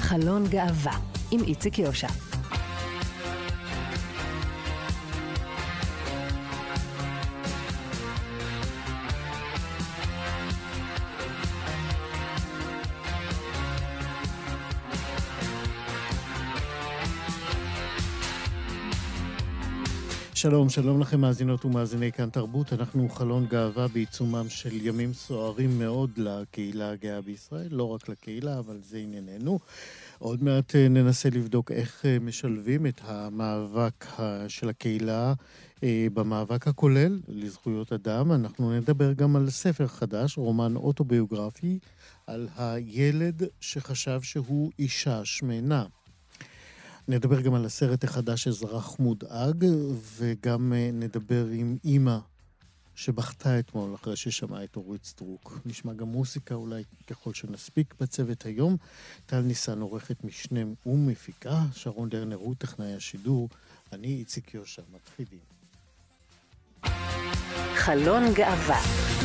חלון גאווה עם איציק יושע. שלום, שלום לכם מאזינות ומאזיני כאן תרבות. אנחנו חלון גאווה בעיצומם של ימים סוערים מאוד לקהילה הגאה בישראל, לא רק לקהילה, אבל זה ענייננו. עוד מעט ננסה לבדוק איך משלבים את המאבק של הקהילה במאבק הכולל לזכויות אדם. אנחנו נדבר גם על ספר חדש, רומן אוטוביוגרפי, על הילד שחשב שהוא אישה שמנה. נדבר גם על הסרט החדש אזרח מודאג, וגם נדבר עם אמא שבכתה אתמול אחרי ששמעה את אורית סטרוק. נשמע גם מוסיקה אולי ככל שנספיק בצוות היום. טל ניסן עורכת משנה ומפיקה, שרון דרנר הוא טכנאי השידור, אני איציק יושע. מתחילים. חלון גאווה.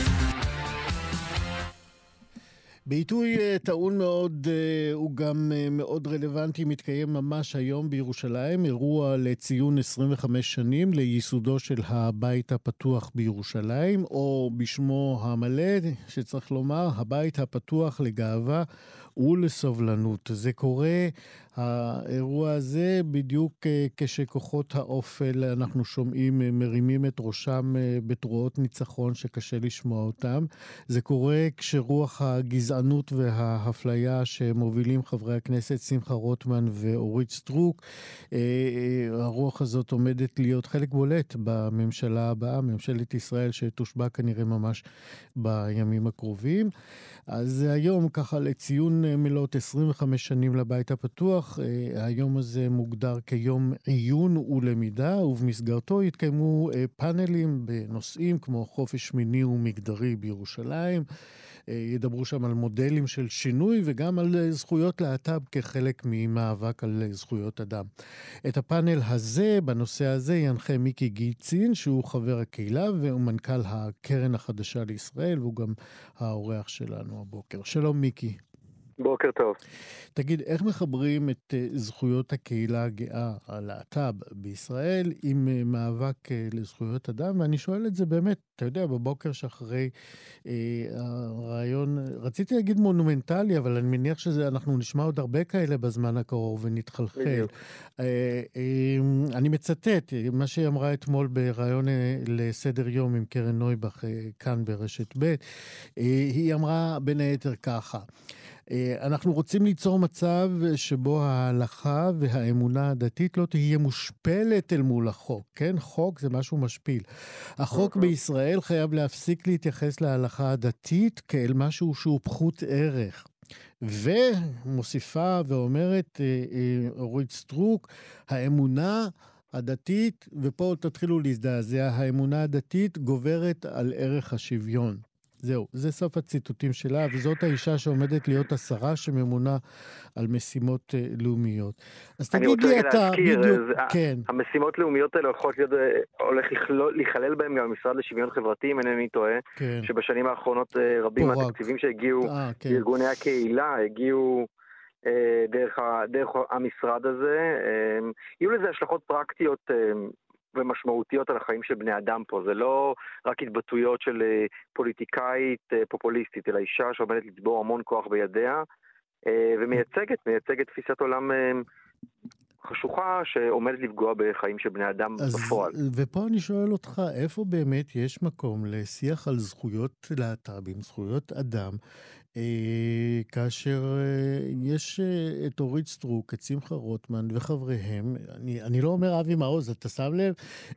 בעיתוי טעון מאוד, הוא גם מאוד רלוונטי, מתקיים ממש היום בירושלים, אירוע לציון 25 שנים לייסודו של הבית הפתוח בירושלים, או בשמו המלא, שצריך לומר, הבית הפתוח לגאווה ולסובלנות. זה קורה, האירוע הזה, בדיוק כשכוחות האופל, אנחנו שומעים, מרימים את ראשם בתרועות ניצחון שקשה לשמוע אותם. זה קורה כשרוח הגזענות וההפליה שמובילים חברי הכנסת שמחה רוטמן ואורית סטרוק, הרוח הזאת עומדת להיות חלק בולט בממשלה הבאה, ממשלת ישראל שתושבע כנראה ממש בימים הקרובים. אז היום ככה לציון מלאות 25 שנים לבית הפתוח, היום הזה מוגדר כיום עיון ולמידה, ובמסגרתו יתקיימו פאנלים בנושאים כמו חופש מיני ומגדרי בירושלים, ידברו שם על מודלים של שינוי וגם על זכויות להט"ב כחלק ממאבק על זכויות אדם. את הפאנל הזה, בנושא הזה, ינחה מיקי גיצין, שהוא חבר הקהילה והוא מנכ"ל הקרן החדשה לישראל, והוא גם האורח שלנו הבוקר. שלום מיקי. בוקר טוב. תגיד, איך מחברים את זכויות הקהילה הגאה, הלהט"ב בישראל, עם מאבק לזכויות אדם? ואני שואל את זה באמת, אתה יודע, בבוקר שאחרי הרעיון, רציתי להגיד מונומנטלי, אבל אני מניח שאנחנו נשמע עוד הרבה כאלה בזמן הקרוב ונתחלחל. אני מצטט מה שהיא אמרה אתמול ברעיון לסדר יום עם קרן נויבך כאן ברשת ב'. היא אמרה בין היתר ככה: אנחנו רוצים ליצור מצב שבו ההלכה והאמונה הדתית לא תהיה מושפלת אל מול החוק, כן? חוק זה משהו משפיל. החוק בישראל חייב להפסיק להתייחס להלכה הדתית כאל משהו שהוא פחות ערך. ומוסיפה ואומרת אורית סטרוק, האמונה הדתית, ופה תתחילו להזדעזע, האמונה הדתית גוברת על ערך השוויון. זהו, זה סוף הציטוטים שלה, וזאת האישה שעומדת להיות השרה שממונה על משימות לאומיות. אז תגיד לי אתה בדיוק, כן. המשימות לאומיות האלה הולך להיכלל בהם גם המשרד לשוויון חברתי, אם אינני טועה, כן. שבשנים האחרונות רבים מהתקציבים שהגיעו לארגוני הקהילה, הגיעו דרך המשרד הזה. יהיו לזה השלכות פרקטיות ומשמעותיות על החיים של בני אדם פה. זה לא רק התבטאויות של פוליטיקאית פופוליסטית, אלא אישה שעומדת לצבור המון כוח בידיה, ומייצגת תפיסת עולם חשוכה שעומדת לפגוע בחיים של בני אדם בפועל. ופה אני שואל אותך, איפה באמת יש מקום לשיח על זכויות להט"בים, זכויות אדם, כאשר יש את אורית סטרוק, את שמחה רוטמן וחבריהם, אני לא אומר אבי מעוז, אתה שם לב,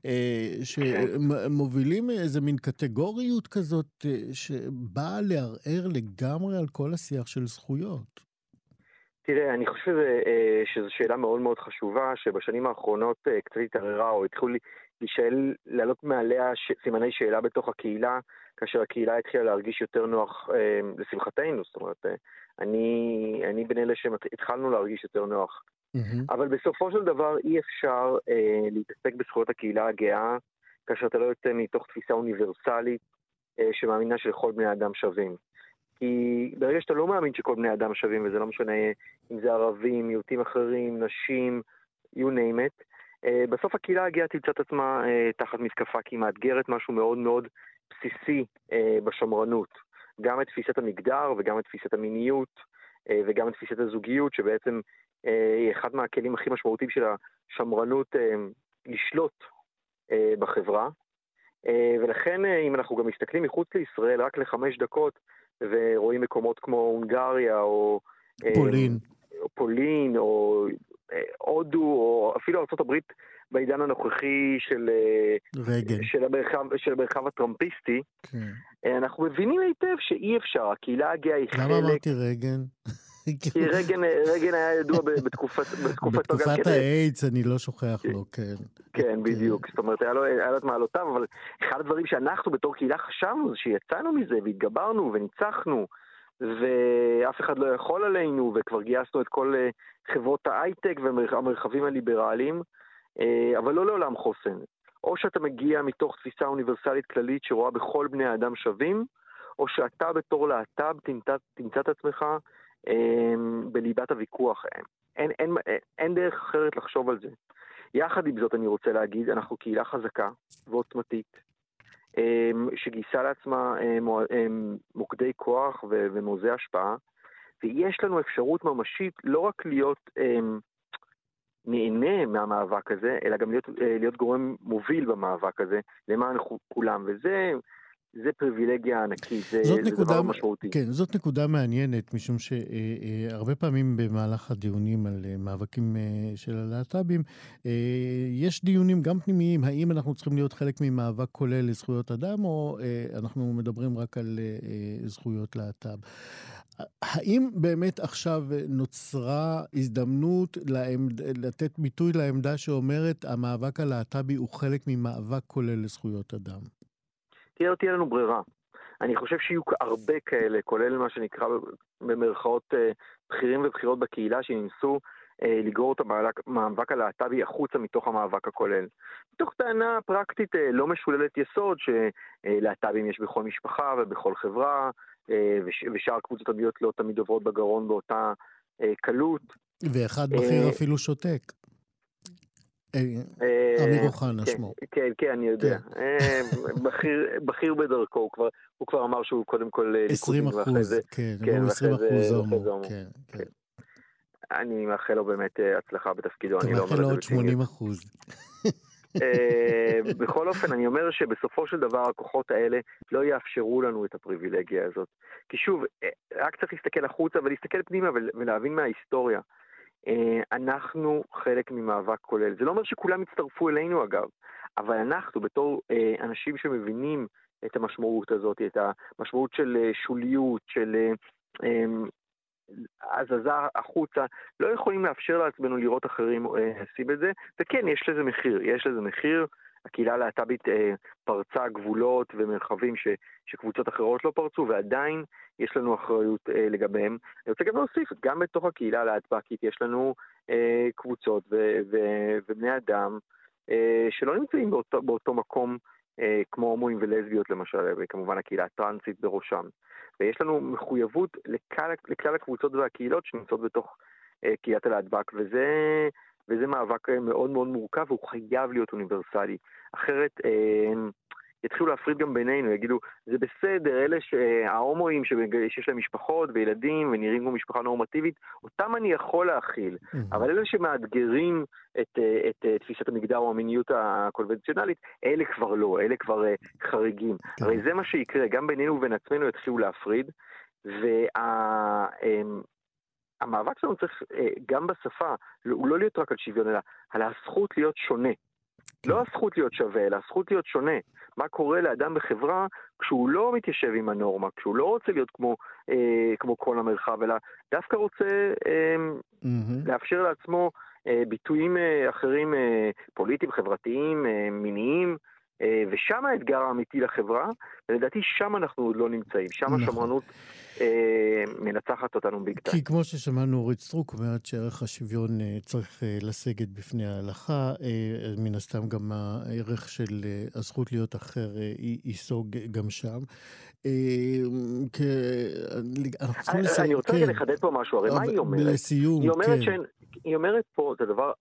שמובילים איזה מין קטגוריות כזאת שבאה לערער לגמרי על כל השיח של זכויות. תראה, אני חושב שזו שאלה מאוד מאוד חשובה, שבשנים האחרונות קצת התערערה, או התחילו לעלות מעליה סימני שאלה בתוך הקהילה, כאשר הקהילה התחילה להרגיש יותר נוח לשמחתנו. זאת אומרת, אני בין אלה שהתחלנו להרגיש יותר נוח. אבל בסופו של דבר אי אפשר להתעסק בזכויות הקהילה הגאה, כאשר אתה לא יוצא מתוך תפיסה אוניברסלית שמאמינה שלכל בני האדם שווים. כי ברגע שאתה לא מאמין שכל בני אדם שווים, וזה לא משנה אם זה ערבים, מיעוטים אחרים, נשים, you name it, בסוף הקהילה הגאה תמצא את עצמה תחת מתקפה, כי היא מאתגרת משהו מאוד מאוד בסיסי בשמרנות. גם את תפיסת המגדר וגם את תפיסת המיניות וגם את תפיסת הזוגיות, שבעצם היא אחד מהכלים הכי משמעותיים של השמרנות לשלוט בחברה. ולכן אם אנחנו גם מסתכלים מחוץ לישראל רק ל5 דקות ורואים מקומות כמו הונגריה או פולין או הודו או אפילו ארצות הברית בעידן הנוכחי של המרחב הטראמפיסטי, אנחנו מבינים היטב שאי אפשר, הקהילה הגאה היא חלק... למה אמרתי רגן? כי רגן היה ידוע בתקופתו גם בתקופת האיידס, אני לא שוכח לו, כן. כן, בדיוק. זאת אומרת, היה לו את מעלותיו, אבל אחד הדברים שאנחנו בתור קהילה חשבנו זה שיצאנו מזה והתגברנו וניצחנו, ואף אחד לא יכול עלינו, וכבר גייסנו את כל חברות ההייטק והמרחבים הליברליים, אבל לא לעולם חוסן. או שאתה מגיע מתוך תפיסה אוניברסלית כללית שרואה בכל בני האדם שווים, או שאתה בתור להט"ב תמצא את עצמך בליבת הוויכוח. אין דרך אחרת לחשוב על זה. יחד עם זאת אני רוצה להגיד, אנחנו קהילה חזקה ועוצמתית, שגייסה לעצמה מוקדי כוח ומוזי השפעה, ויש לנו אפשרות ממשית לא רק להיות נהנה מהמאבק הזה, אלא גם להיות גורם מוביל במאבק הזה, למען כולם, זה פריבילגיה ענקית, זה דבר משמעותי. כן, זאת נקודה מעניינת, משום שהרבה פעמים במהלך הדיונים על מאבקים של הלהט"בים, יש דיונים גם פנימיים, האם אנחנו צריכים להיות חלק ממאבק כולל לזכויות אדם, או אנחנו מדברים רק על זכויות להט"ב. האם באמת עכשיו נוצרה הזדמנות לתת ביטוי לעמדה שאומרת, המאבק הלהט"בי הוא חלק ממאבק כולל לזכויות אדם? תהיה לנו ברירה. אני חושב שיהיו הרבה כאלה, כולל מה שנקרא במרכאות בכירים ובכירות בקהילה, שינסו לגרור את המאבק הלהט"בי החוצה מתוך המאבק הכולל. מתוך טענה פרקטית לא משוללת יסוד, שלהט"בים יש בכל משפחה ובכל חברה, ושאר קבוצות הביות לא תמיד עוברות בגרון באותה קלות. ואחד בכיר אפילו שותק. אמיר אוחנה שמו. כן, אני יודע. בכיר בדרכו, הוא כבר אמר שהוא קודם כל 20%, כן, הוא 20% הומו. אני מאחל לו באמת הצלחה בתפקידו. אתה מאחל לו עוד 80%. בכל אופן, אני אומר שבסופו של דבר הכוחות האלה לא יאפשרו לנו את הפריבילגיה הזאת. כי שוב, רק צריך להסתכל החוצה ולהסתכל פנימה ולהבין מההיסטוריה. אנחנו חלק ממאבק כולל. זה לא אומר שכולם יצטרפו אלינו אגב, אבל אנחנו בתור אנשים שמבינים את המשמעות הזאת, את המשמעות של שוליות, של הזזה החוצה, לא יכולים לאפשר לעצמנו לראות אחרים עושים את זה, וכן, יש לזה מחיר, הקהילה הלהט"בית פרצה גבולות ומרחבים שקבוצות אחרות לא פרצו, ועדיין יש לנו אחריות לגביהם. אני רוצה גם להוסיף, גם בתוך הקהילה הלהט"בית יש לנו קבוצות ובני אדם שלא נמצאים באותו מקום כמו הומואים ולסביות למשל, וכמובן הקהילה הטרנסית בראשם. ויש לנו מחויבות לכלל הקבוצות והקהילות שנמצאות בתוך קהילת הלהט"ב, וזה מאבק מאוד מאוד מורכב, והוא חייב להיות אוניברסלי. אחרת יתחילו להפריד גם בינינו, יגידו, זה בסדר, אלה ההומואים שיש להם משפחות וילדים ונראים כמו משפחה נורמטיבית, אותם אני יכול להכיל, אבל אלה שמאתגרים את תפיסת המגדר או המיניות הקונבנציונלית, אלה כבר לא, אלה כבר חריגים. הרי זה מה שיקרה, גם בינינו ובין עצמנו יתחילו להפריד, המאבק שלנו צריך גם בשפה, הוא לא להיות רק על שוויון, אלא על הזכות להיות שונה. לא הזכות להיות שווה, אלא הזכות להיות שונה. מה קורה לאדם בחברה כשהוא לא מתיישב עם הנורמה, כשהוא לא רוצה להיות כמו כל המרחב, אלא דווקא רוצה לאפשר לעצמו ביטויים אחרים, פוליטיים, חברתיים, מיניים, ושם האתגר האמיתי לחברה, ולדעתי שם אנחנו עוד לא נמצאים, שם השמרנות מנצחת אותנו ביג טיים. כי כמו ששמענו אורית סטרוק, אומרת שערך השוויון צריך לסגת בפני ההלכה, מן הסתם גם הערך של הזכות להיות אחר ייסוג גם שם. אני רוצה לחדד פה משהו, הרי מה היא אומרת? לסיום, היא אומרת פה, זה דבר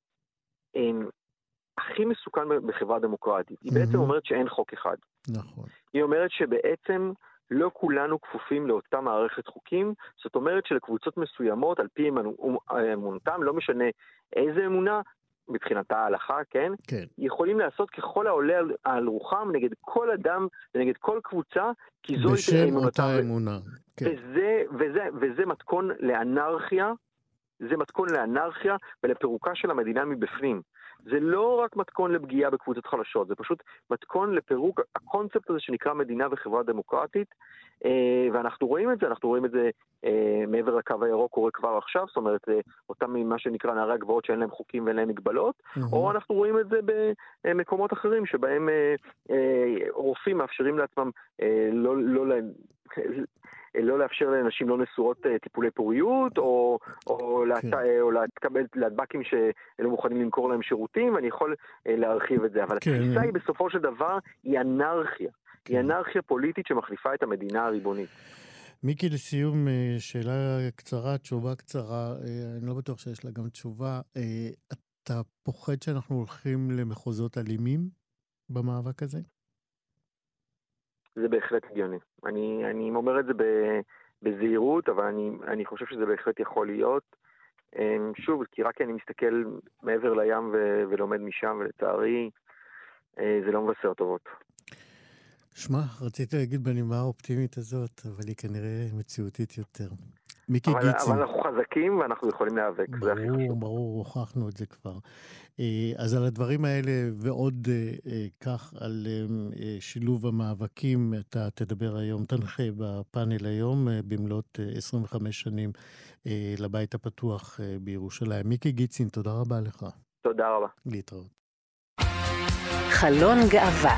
הכי מסוכן בחברה דמוקרטית. היא בעצם אומרת שאין חוק אחד. נכון. היא אומרת שבעצם לא כולנו כפופים לאותה מערכת חוקים, זאת אומרת שלקבוצות מסוימות, על פי אמונתם, לא משנה איזה אמונה, מבחינתה ההלכה, כן? כן. יכולים לעשות ככל העולה על רוחם נגד כל אדם ונגד כל קבוצה, כי זו בשם אותה אמונה. כן. וזה מתכון לאנרכיה, זה מתכון לאנרכיה ולפירוקה של המדינה מבפנים. זה לא רק מתכון לפגיעה בקבוצות חלשות, זה פשוט מתכון לפירוק הקונספט הזה שנקרא מדינה וחברה דמוקרטית, ואנחנו רואים את זה, מעבר לקו הירוק קורה כבר עכשיו, זאת אומרת, אותם מה שנקרא נערי הגבעות שאין להם חוקים ואין להם מגבלות, או אנחנו רואים את זה במקומות אחרים שבהם רופאים מאפשרים לעצמם לא לאפשר לאנשים לא נשואות טיפולי פוריות, או להתקבל להדבקים שלא מוכנים למכור להם שירותים, ואני יכול להרחיב את זה. אבל התפיסה היא בסופו של דבר היא אנרכיה. היא אנרכיה פוליטית שמחליפה את המדינה הריבונית. מיקי, לסיום, שאלה קצרה, תשובה קצרה, אני לא בטוח שיש לה גם תשובה. אתה פוחד שאנחנו הולכים למחוזות אלימים במאבק הזה? זה בהחלט הגיוני. אני אומר את זה בזהירות, אבל אני חושב שזה בהחלט יכול להיות. שוב, כי רק אני מסתכל מעבר לים ולומד משם, ולצערי זה לא מבשר טובות. שמע, רציתי להגיד בנימה האופטימית הזאת, אבל היא כנראה מציאותית יותר. מיקי אבל גיצין. אבל אנחנו חזקים ואנחנו יכולים להיאבק. ברור, הוכחנו את זה כבר. אז על הדברים האלה ועוד כך על שילוב המאבקים, אתה תדבר היום, תנחה בפאנל היום, במלאת 25 שנים לבית הפתוח בירושלים. מיקי גיצין, תודה רבה לך. תודה רבה. להתראות. חלון גאווה.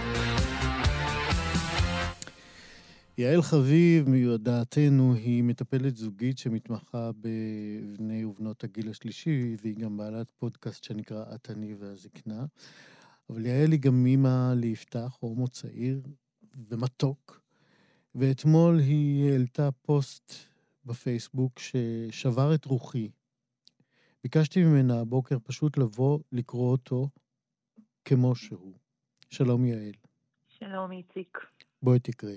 יעל חביב, מיודעתנו, היא מטפלת זוגית שמתמחה בבני ובנות הגיל השלישי, והיא גם בעלת פודקאסט שנקרא את אני והזקנה. אבל יעל היא גם אימא ליפתח, הומו צעיר ומתוק, ואתמול היא העלתה פוסט בפייסבוק ששבר את רוחי. ביקשתי ממנה הבוקר פשוט לבוא לקרוא אותו כמו שהוא. שלום יעל. שלום איציק. בואי תקראי.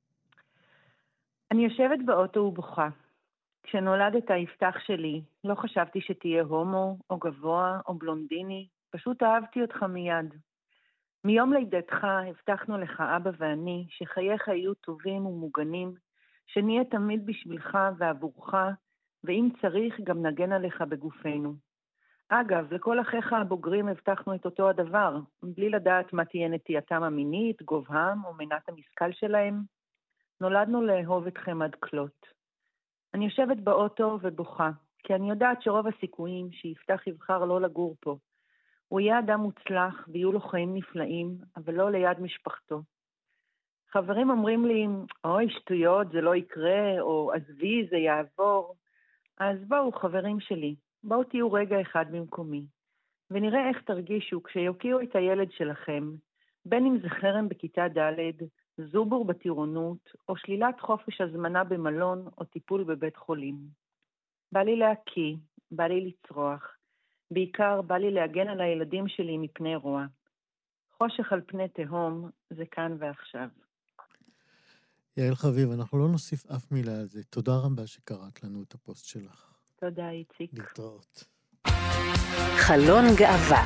אני יושבת באוטו ובוכה. כשנולדת יפתח שלי, לא חשבתי שתהיה הומו, או גבוה, או בלונדיני. פשוט אהבתי אותך מיד. מיום לידתך הבטחנו לך, אבא ואני, שחייך יהיו טובים ומוגנים, שנהיה תמיד בשבילך ועבורך, ואם צריך גם נגן עליך בגופנו. אגב, לכל אחיך הבוגרים הבטחנו את אותו הדבר, בלי לדעת מה תהיה נטייתם המינית, גובהם או מנת המשכל שלהם. נולדנו לאהוב אתכם עד כלות. אני יושבת באוטו ובוכה, כי אני יודעת שרוב הסיכויים שיפתח יבחר לא לגור פה. הוא יהיה אדם מוצלח ויהיו לו חיים נפלאים, אבל לא ליד משפחתו. חברים אומרים לי, אוי, שטויות, זה לא יקרה, או עזבי, זה יעבור. אז בואו, חברים שלי, בואו תהיו רגע אחד במקומי, ונראה איך תרגישו כשיוקיעו את הילד שלכם, בין אם זה חרם בכיתה ד', זובור בטירונות, או שלילת חופש הזמנה במלון, או טיפול בבית חולים. בא לי להקיא, בא לי לצרוח, בעיקר בא לי להגן על הילדים שלי מפני רוע. חושך על פני תהום, זה כאן ועכשיו. יעל חביב, אנחנו לא נוסיף אף מילה על זה. תודה רבה שקראת לנו את הפוסט שלך. תודה, איציק. להתראות. חלון גאווה.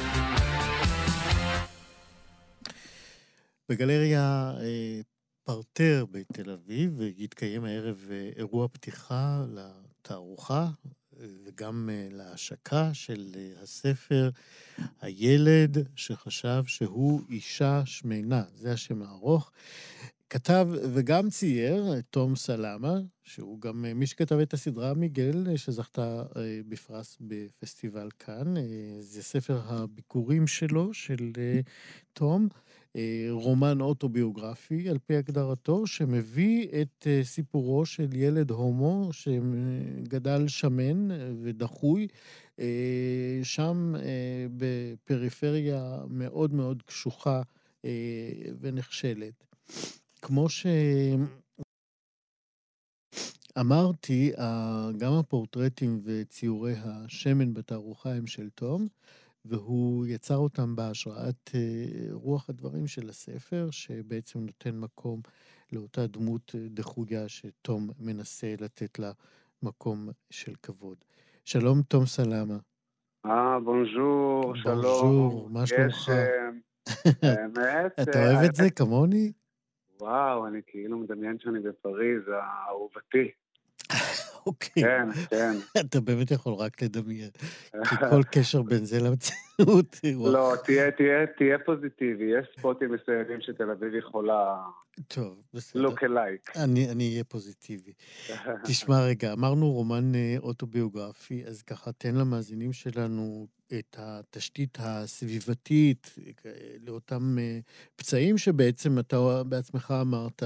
בגלריה פרטר בתל אביב יתקיים הערב אירוע פתיחה לתערוכה וגם להשקה של הספר הילד שחשב שהוא אישה שמנה. זה השם הארוך. כתב וגם צייר תום סלמה, שהוא גם מי שכתב את הסדרה מיגל, שזכתה בפרס בפסטיבל כאן. זה ספר הביקורים שלו, של תום. רומן אוטוביוגרפי, על פי הגדרתו, שמביא את סיפורו של ילד הומו שגדל שמן ודחוי, שם בפריפריה מאוד מאוד קשוחה ונחשלת. כמו שאמרתי, גם הפורטרטים וציורי השמן בתערוכה הם של תום, והוא יצר אותם בהשראת רוח הדברים של הספר, שבעצם נותן מקום לאותה דמות דחויה שתום מנסה לתת לה מקום של כבוד. שלום, תום סלמה. בונז'ור, שלום. בונז'ור, מה שלומך? באמת. אתה אוהב את זה כמוני? וואו, אני כאילו מדמיין שאני בפריז, האהובתי. אוקיי. כן, כן. אתה באמת יכול רק לדמיין, כי כל קשר בין זה למציאות. לא, תהיה פוזיטיבי, יש ספוטים מסוימים שתל אביב יכולה... טוב, בסדר. look alike. אני אהיה פוזיטיבי. תשמע רגע, אמרנו רומן אוטוביוגרפי, אז ככה תן למאזינים שלנו את התשתית הסביבתית לאותם פצעים שבעצם אתה בעצמך אמרת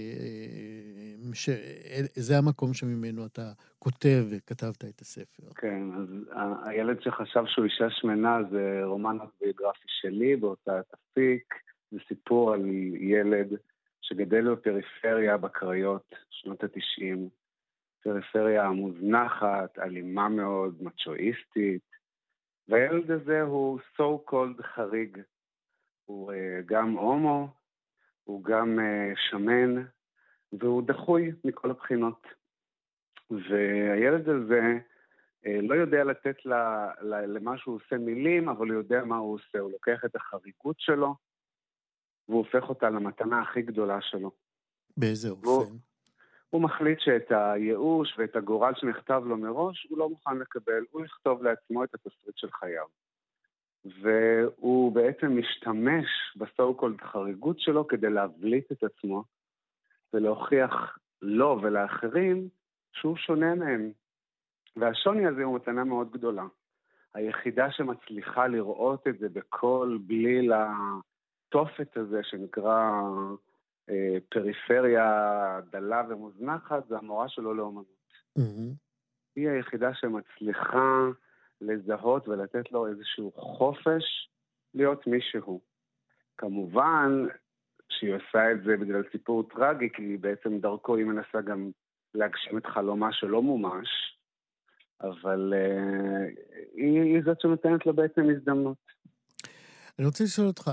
שזה המקום שממנו אתה כותב וכתבת את הספר. כן, אז הילד שחשב שהוא אישה שמנה זה רומן אוטוביוגרפי שלי בהוצאת אפיק, זה סיפור על ילד שגדל בפריפריה בקריות, שנות ה-90, פריפריה מוזנחת, אלימה מאוד, מצ'ואיסטית, והילד הזה הוא so called חריג, הוא גם הומו, הוא גם שמן, והוא דחוי מכל הבחינות. והילד הזה לא יודע לתת למה שהוא עושה מילים, אבל הוא יודע מה הוא עושה, הוא לוקח את החריגות שלו, והוא הופך אותה למתנה הכי גדולה שלו. באיזה אופן? הוא מחליט שאת הייאוש ואת הגורל שנכתב לו מראש, הוא לא מוכן לקבל, הוא יכתוב לעצמו את התסריט של חייו. והוא בעצם משתמש בסו-קולד חריגות שלו כדי להבליט את עצמו, ולהוכיח לו ולאחרים שהוא שונה מהם. והשוני הזה הוא מתנה מאוד גדולה. היחידה שמצליחה לראות את זה בכל בליל התופת הזה שנקרא פריפריה דלה ומוזנחת, זה המורה שלו לאומנות. היא היחידה שמצליחה לזהות ולתת לו איזשהו חופש להיות מישהו. כמובן שהיא עושה את זה בגלל סיפור טרגי, כי בעצם דרכו היא מנסה גם להגשים את חלומה שלא מומש, אבל היא זאת שנותנת לו בעצם הזדמנות. אני רוצה לשאול אותך,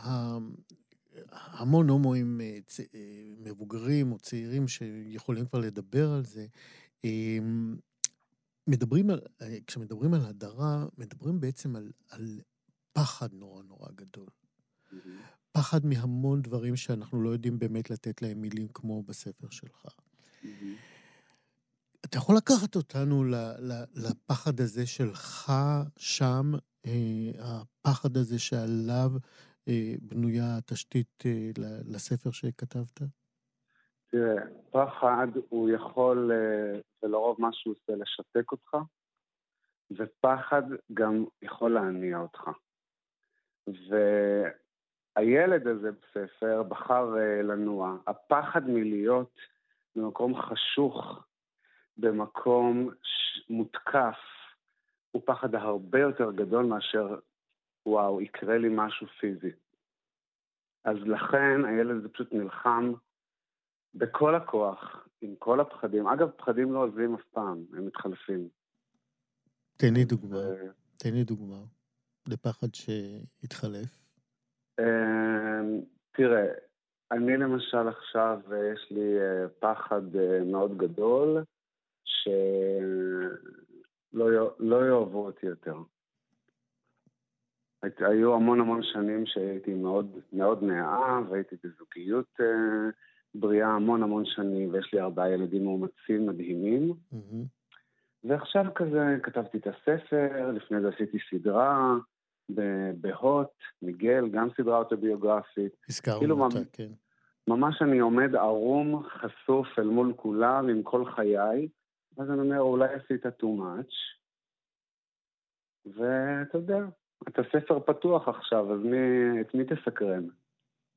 המון הומואים מבוגרים או צעירים שיכולים כבר לדבר על זה, כשמדברים על הדרה, מדברים בעצם על פחד נורא נורא גדול. פחד מהמון דברים שאנחנו לא יודעים באמת לתת להם מילים כמו בספר שלך. אתה יכול לקחת אותנו לפחד הזה שלך שם, הפחד הזה שעליו בנויה התשתית לספר שכתבת? תראה, פחד הוא יכול, ולרוב מה שהוא עושה, לשתק אותך, ופחד גם יכול להניע אותך. והילד הזה בספר בחר לנוע. הפחד מלהיות במקום חשוך, במקום מותקף, הוא פחד הרבה יותר גדול מאשר, וואו, יקרה לי משהו פיזי. אז לכן הילד הזה פשוט נלחם בכל הכוח, עם כל הפחדים. אגב, פחדים לא עוזבים אף פעם, הם מתחלפים. תן לי דוגמה לפחד שהתחלף. תראה, אני למשל עכשיו יש לי פחד מאוד גדול, שלא יאהבו אותי יותר. היו המון שנים שהייתי מאוד מאוד נאה, והייתי בזוגיות בריאה המון שנים, ויש לי 4 ילדים מאומצים מדהימים. ועכשיו כזה כתבתי את הספר, לפני זה עשיתי סדרה בהוט, מיגל, גם סדרה אוטוביוגרפית. הזכרנו אותה, כן. ממש אני עומד ערום, חשוף אל מול כולם, עם כל חיי, אז אני אומר, אולי עשית too much, ואתה יודע, אתה ספר פתוח עכשיו, אז את מי תסקרן?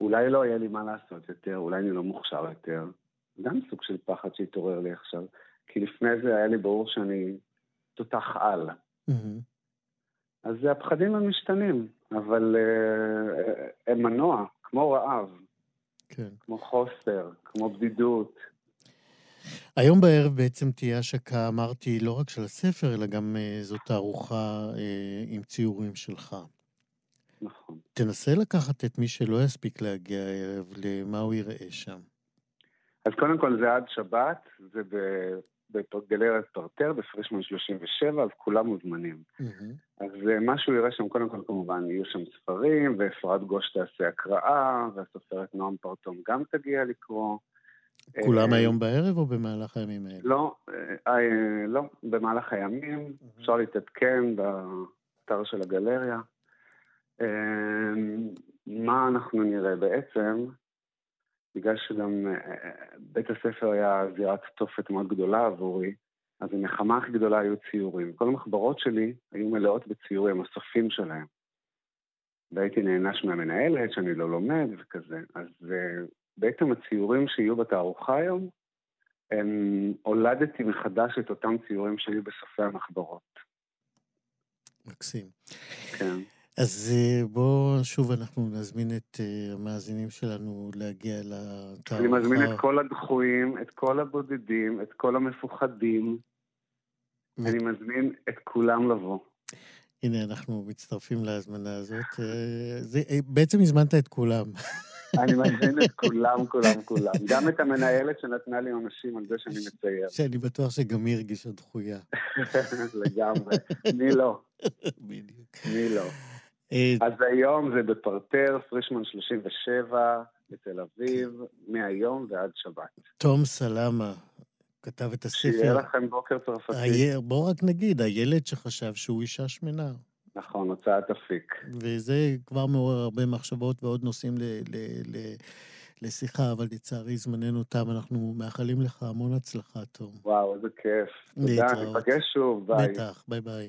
אולי לא יהיה לי מה לעשות יותר, אולי אני לא מוכשר יותר. גם סוג של פחד שהתעורר לי עכשיו. כי לפני זה היה לי ברור שאני תותח על. אז זה הפחדים המשתנים, אבל הם מנוע, כמו רעב, כן. כמו חוסר, כמו בדידות. היום בערב בעצם תהיה השקה, אמרתי, לא רק של הספר, אלא גם זאת תערוכה עם ציורים שלך. נכון. תנסה לקחת את מי שלא יספיק להגיע הערב, למה הוא יראה שם. אז קודם כל זה עד שבת, זה בגלריית פרטר, בפרישמן 37, אז כולם מוזמנים. אז מה שהוא יראה שם, קודם כל כמובן, יהיו שם ספרים, ואפרת גוש תעשה הקראה, והסופרת נועם פרטום גם תגיע לקרוא. כולם היום בערב או במהלך הימים האלה? לא, במהלך הימים, אפשר להתעדכן באתר של הגלריה. מה אנחנו נראה בעצם? בגלל שגם בית הספר היה זירת תופת מאוד גדולה עבורי, אז הנחמה הכי גדולה היו ציורים. כל המחברות שלי היו מלאות בציורים, הסופים שלהם. והייתי נענש מהמנהלת שאני לא לומד וכזה. אז בעצם הציורים שיהיו בתערוכה היום, הולדתי מחדש את אותם ציורים שהיו בסופי המחברות. מקסים. כן. אז בוא שוב אנחנו נזמין את המאזינים שלנו להגיע לתערוכה. אני מזמין את כל הדחויים, את כל הבודדים, את כל המפוחדים. אני מזמין את כולם לבוא. הנה, אנחנו מצטרפים להזמנה הזאת. בעצם הזמנת את כולם. אני מזמין את כולם. גם את המנהלת שנתנה לי עונשים על זה שאני מצייר. שאני בטוח שגם היא הרגישה דחויה. לגמרי. מי לא? בדיוק. מי לא? אז היום זה בפרטר, פרישמן 37, בתל אביב, מהיום ועד שבת. תום סלמה כתב את הספר. שיהיה לכם בוקר צרפתי. בוא רק נגיד, הילד שחשב שהוא אישה שמנה. נכון, הוצאת אפיק. וזה כבר מעורר הרבה מחשבות ועוד נושאים לשיחה, אבל לצערי זמננו תם, אנחנו מאחלים לך המון הצלחה, תום. וואו, איזה כיף. תודה, ניפגש שוב, ביי. בטח, ביי ביי.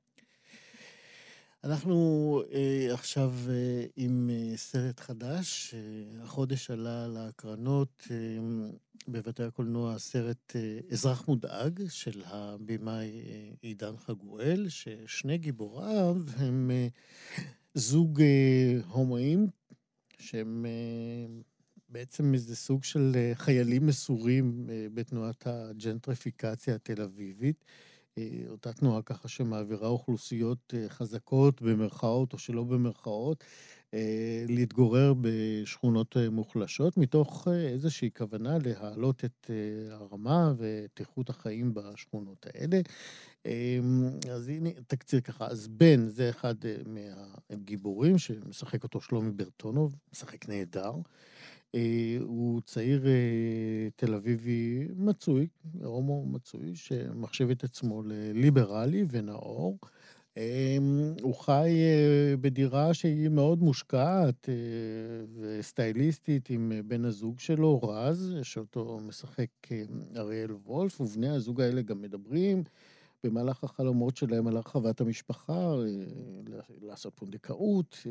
אנחנו עכשיו עם סרט חדש, החודש עלה להקרנות בבתי הקולנוע סרט אזרח מודאג של הבמאי עידן חגואל, ששני גיבוריו הם זוג הומואים שהם בעצם איזה סוג של חיילים מסורים בתנועת הג'נטריפיקציה התל אביבית, אותה תנועה ככה שמעבירה אוכלוסיות חזקות במרכאות או שלא במרכאות, להתגורר בשכונות מוחלשות, מתוך איזושהי כוונה להעלות את הרמה ואת איכות החיים בשכונות האלה. אז הנה תקציר ככה, אז בן זה אחד מהגיבורים שמשחק אותו שלומי ברטונוב, משחק נהדר. הוא צעיר תל אביבי מצוי, הומו מצוי, שמחשב את עצמו לליברלי ונאור. הוא חי בדירה שהיא מאוד מושקעת וסטייליסטית עם בן הזוג שלו, רז, שאותו משחק אריאל וולף, ובני הזוג האלה גם מדברים במהלך החלומות שלהם על הרחבת המשפחה, לעשות פונדקאות,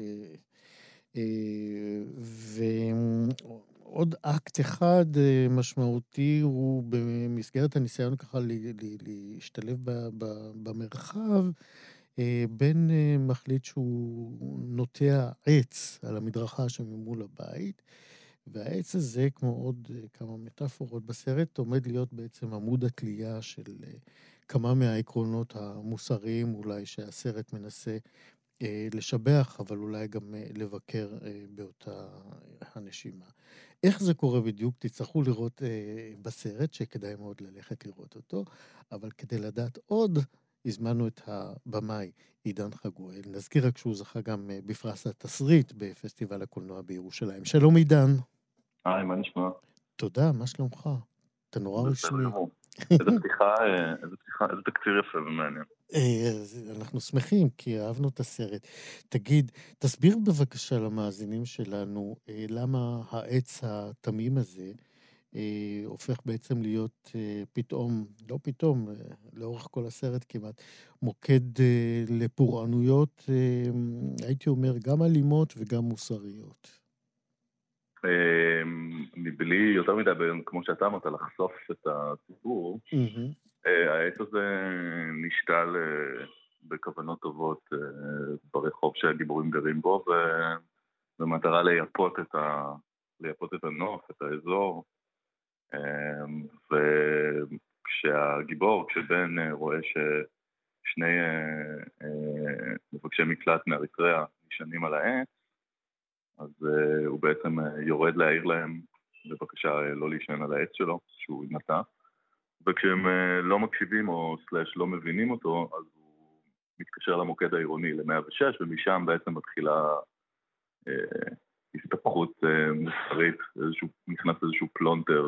ועוד אקט אחד משמעותי הוא במסגרת הניסיון ככה להשתלב במרחב, בן מחליט שהוא נוטע עץ על המדרכה שממול הבית, והעץ הזה, כמו עוד כמה מטאפורות בסרט, עומד להיות בעצם עמוד התלייה של כמה מהעקרונות המוסריים אולי שהסרט מנסה לשבח, אבל אולי גם לבקר באותה הנשימה. איך זה קורה בדיוק? תצטרכו לראות בסרט, שכדאי מאוד ללכת לראות אותו, אבל כדי לדעת עוד, הזמנו את הבמאי עידן חגואל. נזכיר רק שהוא זכה גם בפרס התסריט בפסטיבל הקולנוע בירושלים. שלום עידן. היי, מה נשמע? תודה, מה שלומך? אתה נורא רשמי. איזה פתיחה, איזה תקציר יפה ומעניין. אנחנו שמחים, כי אהבנו את הסרט. תגיד, תסביר בבקשה למאזינים שלנו, למה העץ התמים הזה הופך בעצם להיות פתאום, לא פתאום, לאורך כל הסרט כמעט, מוקד לפורענויות, הייתי אומר, גם אלימות וגם מוסריות. מבלי יותר מדי, כמו שאתה אמרת, לחשוף את הסיפור, העץ הזה נשתל בכוונות טובות ברחוב שהגיבורים גרים בו, במטרה לייפות את הנוף, את האזור, כשבן רואה ששני מבקשי מקלט מאריתריאה נשענים על העץ, אז הוא בעצם יורד להעיר להם בבקשה לא להישען על העץ שלו, שהוא נטע, וכשהם לא מקשיבים או סלש לא מבינים אותו, אז הוא מתקשר למוקד העירוני ל-106, ומשם בעצם מתחילה הסתפחות מסחרית, נכנס איזשהו פלונטר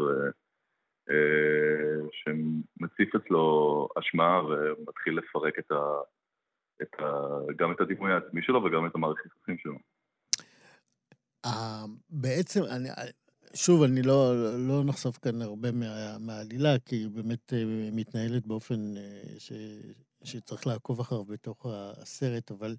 שמציף אצלו אשמה ומתחיל לפרק גם את הדימוי העצמי שלו וגם את המערכת יחסים שלו. בעצם, שוב, אני לא נחשוף כאן הרבה מהעלילה, כי היא באמת מתנהלת באופן שצריך לעקוב אחריו בתוך הסרט, אבל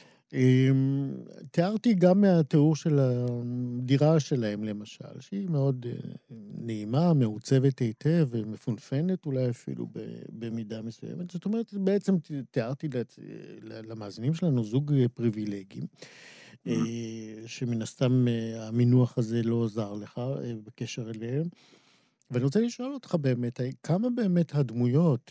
תיארתי גם מהתיאור של הדירה שלהם, למשל, שהיא מאוד נעימה, מעוצבת היטב, ומפונפנת אולי אפילו במידה מסוימת. זאת אומרת, בעצם תיארתי למאזינים שלנו זוג פריבילגיים, שמן הסתם המינוח הזה לא עוזר לך בקשר אליהם. ואני רוצה לשאול אותך באמת, כמה באמת הדמויות,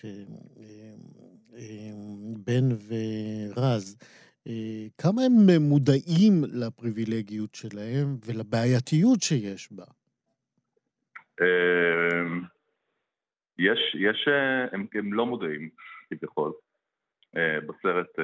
בן ורז, כמה הם מודעים לפריבילגיות שלהם ולבעייתיות שיש בה? הם לא מודעים, כביכול. בסרט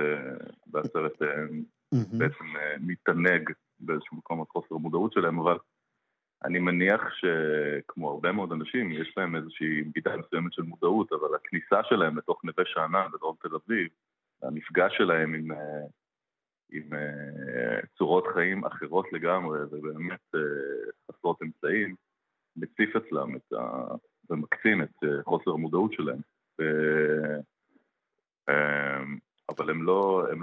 בעצם מתענג באיזשהו מקום על חוסר המודעות שלהם, אבל אני מניח שכמו הרבה מאוד אנשים, יש להם איזושהי מידה מסוימת של מודעות, אבל הכניסה שלהם לתוך נווה שאנן בדרום תל אביב, המפגש שלהם עם צורות חיים אחרות לגמרי, ובאמת חסרות אמצעים, מציף אצלם ומקצין את חוסר המודעות שלהם. אבל הם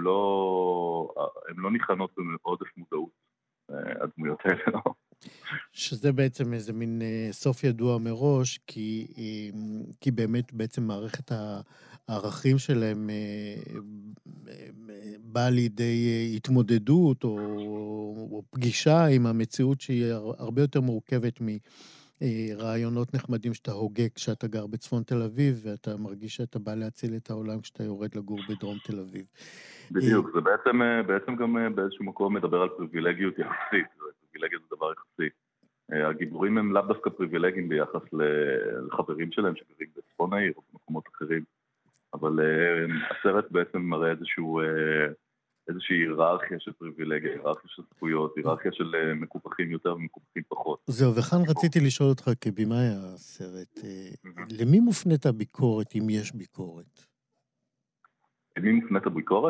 לא ניחנות בעודף מודעות, הדמויות האלה לא. שזה בעצם איזה מין סוף ידוע מראש, כי באמת בעצם מערכת הערכים שלהם באה לידי התמודדות או פגישה עם המציאות שהיא הרבה יותר מורכבת רעיונות נחמדים שאתה הוגה כשאתה גר בצפון תל אביב, ואתה מרגיש שאתה בא להציל את העולם כשאתה יורד לגור בדרום תל אביב. בדיוק, זה בעצם גם באיזשהו מקום מדבר על פריבילגיות יחסית, פריבילגיה זה דבר יחסי. הגיבורים הם לאו דווקא פריבילגיים ביחס לחברים שלהם שגרים בצפון העיר או במקומות אחרים, אבל הסרט בעצם מראה איזושהי היררכיה של פריבילגיה, היררכיה של זכויות, היררכיה של מקופחים יותר ומקופחים פחות. זהו, וכאן רציתי לשאול אותך כבימאי הסרט, למי מופנית הביקורת, אם יש ביקורת? למי מופנית הביקורת?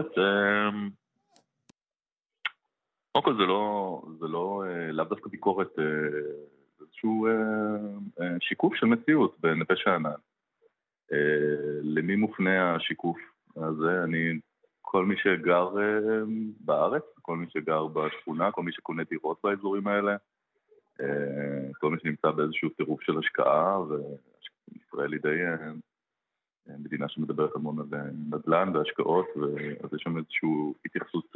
קודם כל זה לא לאו דווקא ביקורת, זה איזשהו שיקוף של מציאות בנווה שאנן. למי מופנה השיקוף הזה? כל מי שגר בארץ, כל מי שגר בשכונה, כל מי שקונה דירות באזורים האלה, כל מי שנמצא באיזשהו טירוף של השקעה, וישראל היא די מדינה שמדברת המון על נדל"ן והשקעות, אז יש שם איזושהי התייחסות,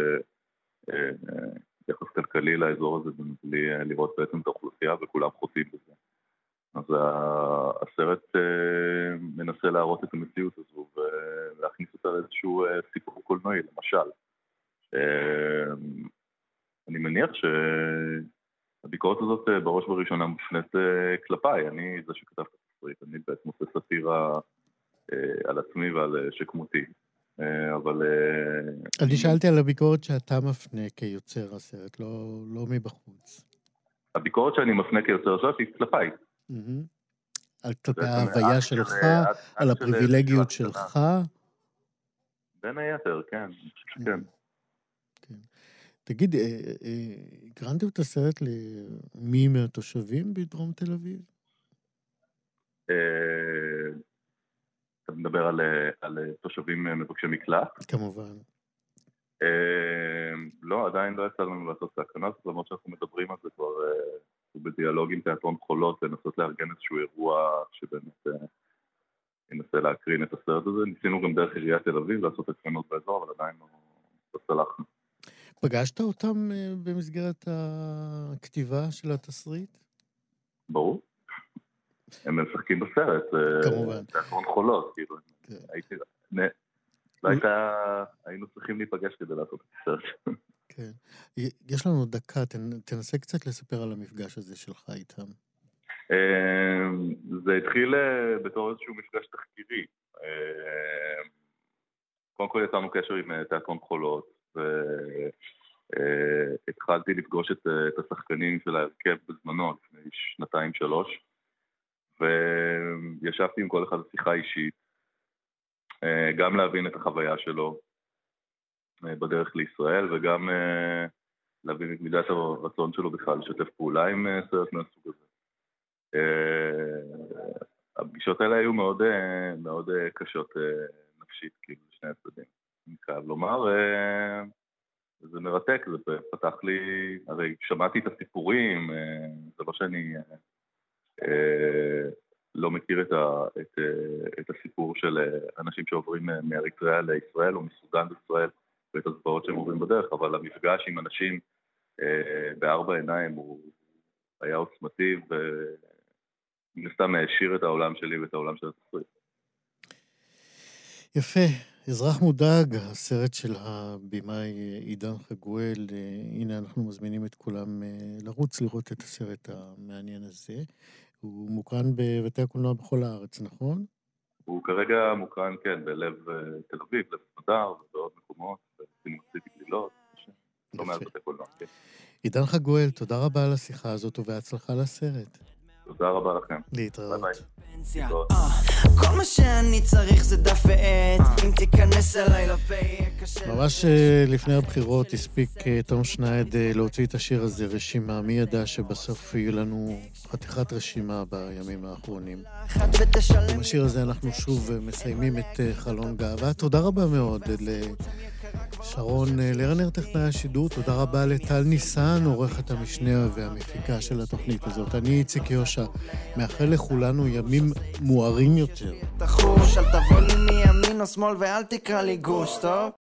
יחס כלכלי לאזור הזה, בלי לראות בעצם את האוכלוסייה, וכולם חוצים בזה. אז הסרט מנסה להראות את המציאות הזו ולהכניס אותה לאיזשהו סיפור קולנועי, למשל. אני מניח שהביקורת הזאת בראש ובראשונה מופנית כלפיי. אני זה שכתב את הסרט, אני בעצם עושה סאטירה על עצמי ועל שכמותי. אבל... אני שאלתי על הביקורת שאתה מפנה כיוצר הסרט, לא מבחוץ. הביקורת שאני מפנה כיוצר הסרט היא כלפיי. על כלפי ההוויה שלך, על הפריבילגיות שלך. בין היתר, כן. כן. תגיד, הקרנתם את הסרט למי מהתושבים בדרום תל אביב? אתה מדבר על תושבים מבקשי מקלט? כמובן. לא, עדיין לא יצא לנו לעשות את ההקרנה, למרות שאנחנו מדברים על זה כבר בדיאלוג עם תיאטרון חולות, לנסות לארגן איזשהו אירוע שבאמת ננסה להקרין את הסרט הזה. ניסינו גם דרך עיריית תל אביב לעשות הקרנות באזור, אבל עדיין לא צלחנו. פגשת אותם במסגרת הכתיבה של התסריט? ברור. הם משחקים בסרט. כמובן. תיאטרון חולות, כאילו. היינו צריכים להיפגש כדי לעשות את הסרט. כן. יש לנו דקה, תנסה קצת לספר על המפגש הזה שלך איתם. זה התחיל בתור איזשהו מפגש תחקירי. קודם כל יצרנו קשר עם תיאטרון חולות, והתחלתי לפגוש את השחקנים של ההרכב בזמנו, לפני 2-3, וישבתי עם כל אחד בשיחה אישית, גם להבין את החוויה שלו בדרך לישראל, וגם להבין את מידת הרצון שלו בכלל לשתף פעולה עם סרט מהסוג הזה. הפגישות האלה היו מאוד, מאוד קשות נפשית, כאילו, לשני הצדדים. אני חייב לומר, זה מרתק, זה פתח לי, הרי שמעתי את הסיפורים, זה לא שאני לא מכיר את הסיפור של אנשים שעוברים מאריתריאה לישראל או מסודן לישראל, ואת הזוועות שהם עוברים בדרך, אבל המפגש עם אנשים בארבע עיניים הוא היה עוצמתי, ונסתם העשיר את העולם שלי ואת העולם של התסריט. יפה. אזרח מודאג, הסרט של הבימאי עידן חגואל. הנה אנחנו מזמינים את כולם לרוץ לראות את הסרט המעניין הזה. הוא מוקרן בבתי הקולנוע בכל הארץ, נכון? הוא כרגע מוקרן, כן, בלב תל אביב, לב סמדר, ובעוד מקומות, בסינמסיטי גלילות, לא מעט בתי קולנוע, כן. עידן חגואל, תודה רבה על השיחה הזאת ובהצלחה לסרט. תודה רבה לכם. להתראות. ביי ביי. כל מה שאני צריך זה דף ועט, אם תיכנס אליי לפה. ממש לפני הבחירות הספיק תום שנייד להוציא את השיר הזה, רשימה. מי ידע שבסוף יהיו לנו חתיכת רשימה בימים האחרונים. עם השיר הזה אנחנו שוב מסיימים את חלון גאווה. תודה רבה מאוד שרון לרנר, טכנאי השידור. תודה רבה לטל ניסן, עורכת המשנה והמפיקה של התוכנית הזאת. אני איציק יושע, מאחל לכולנו ימים מוארים יותר. תחוש, אל תבוא לי מימין או שמאל ואל תקרא לי גוש, טוב?